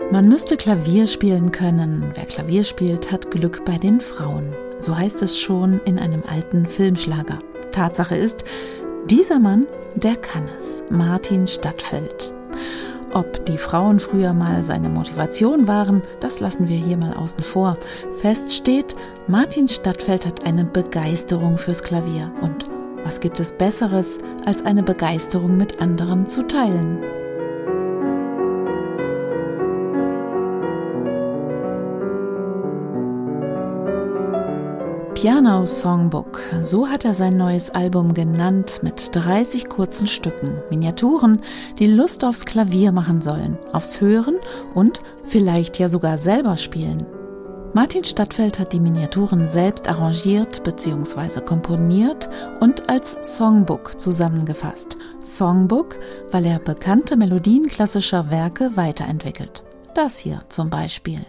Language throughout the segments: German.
Man müsste Klavier spielen können. Wer Klavier spielt, hat Glück bei den Frauen. So heißt es schon in einem alten Filmschlager. Tatsache ist, dieser Mann, der kann es. Martin Stadtfeld. Ob die Frauen früher mal seine Motivation waren, das lassen wir hier mal außen vor. Fest steht, Martin Stadtfeld hat eine Begeisterung fürs Klavier. Und was gibt es Besseres, als eine Begeisterung mit anderen zu teilen? Piano Songbook, so hat er sein neues Album genannt, mit 30 kurzen Stücken, Miniaturen, die Lust aufs Klavier machen sollen, aufs Hören und vielleicht ja sogar selber spielen. Martin Stadtfeld hat die Miniaturen selbst arrangiert bzw. komponiert und als Songbook zusammengefasst. Songbook, weil er bekannte Melodien klassischer Werke weiterentwickelt. Das hier zum Beispiel.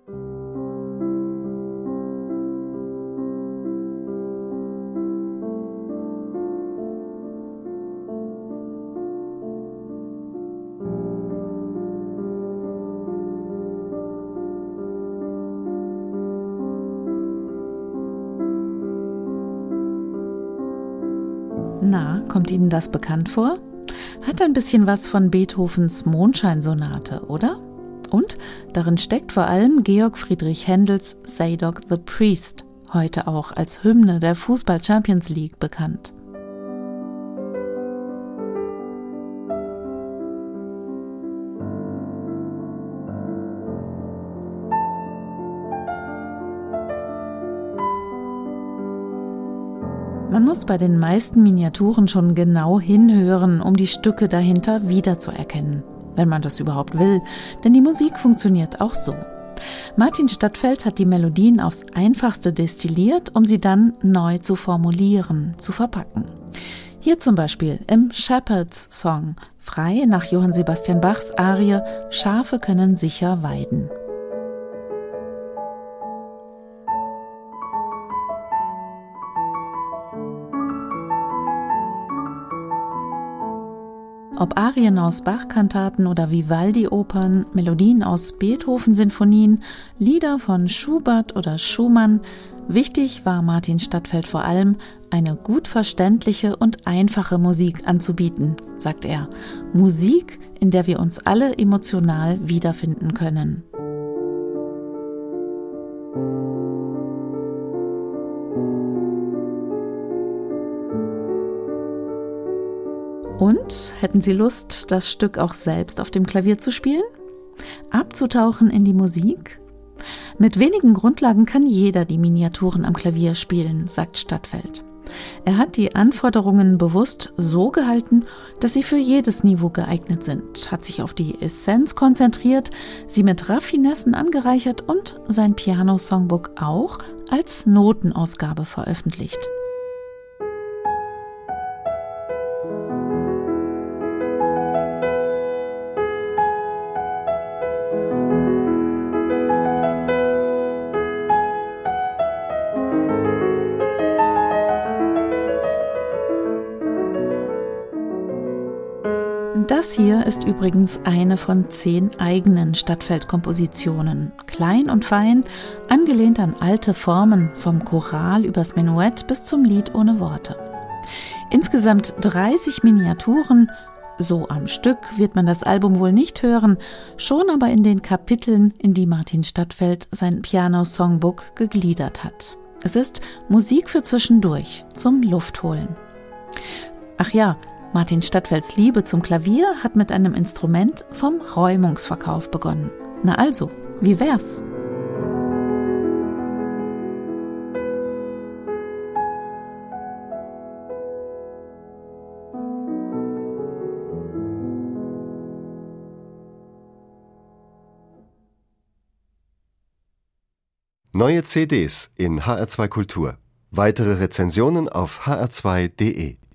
Na, kommt Ihnen das bekannt vor? Hat ein bisschen was von Beethovens Mondscheinsonate, oder? Und darin steckt vor allem Georg Friedrich Händels Zadok the Priest, heute auch als Hymne der Fußball-Champions League bekannt. Man muss bei den meisten Miniaturen schon genau hinhören, um die Stücke dahinter wiederzuerkennen. Wenn man das überhaupt will, denn die Musik funktioniert auch so. Martin Stadtfeld hat die Melodien aufs Einfachste destilliert, um sie dann neu zu formulieren, zu verpacken. Hier zum Beispiel im Shepherds Song, frei nach Johann Sebastian Bachs Arie »Schafe können sicher weiden«. Ob Arien aus Bach-Kantaten oder Vivaldi-Opern, Melodien aus Beethoven-Sinfonien, Lieder von Schubert oder Schumann, wichtig war Martin Stadtfeld vor allem, eine gut verständliche und einfache Musik anzubieten, sagt er. Musik, in der wir uns alle emotional wiederfinden können. Und hätten Sie Lust, das Stück auch selbst auf dem Klavier zu spielen? Abzutauchen in die Musik? Mit wenigen Grundlagen kann jeder die Miniaturen am Klavier spielen, sagt Stadtfeld. Er hat die Anforderungen bewusst so gehalten, dass sie für jedes Niveau geeignet sind, hat sich auf die Essenz konzentriert, sie mit Raffinessen angereichert und sein Piano-Songbook auch als Notenausgabe veröffentlicht. Das hier ist übrigens eine von 10 eigenen Stadtfeld-Kompositionen. Klein und fein, angelehnt an alte Formen, vom Choral übers Menuett bis zum Lied ohne Worte. Insgesamt 30 Miniaturen, so am Stück wird man das Album wohl nicht hören, schon aber in den Kapiteln, in die Martin Stadtfeld sein Piano-Songbook gegliedert hat. Es ist Musik für zwischendurch, zum Luftholen. Ach ja, Martin Stadtfelds Liebe zum Klavier hat mit einem Instrument vom Räumungsverkauf begonnen. Na also, wie wär's? Neue CDs in HR2 Kultur. Weitere Rezensionen auf hr2.de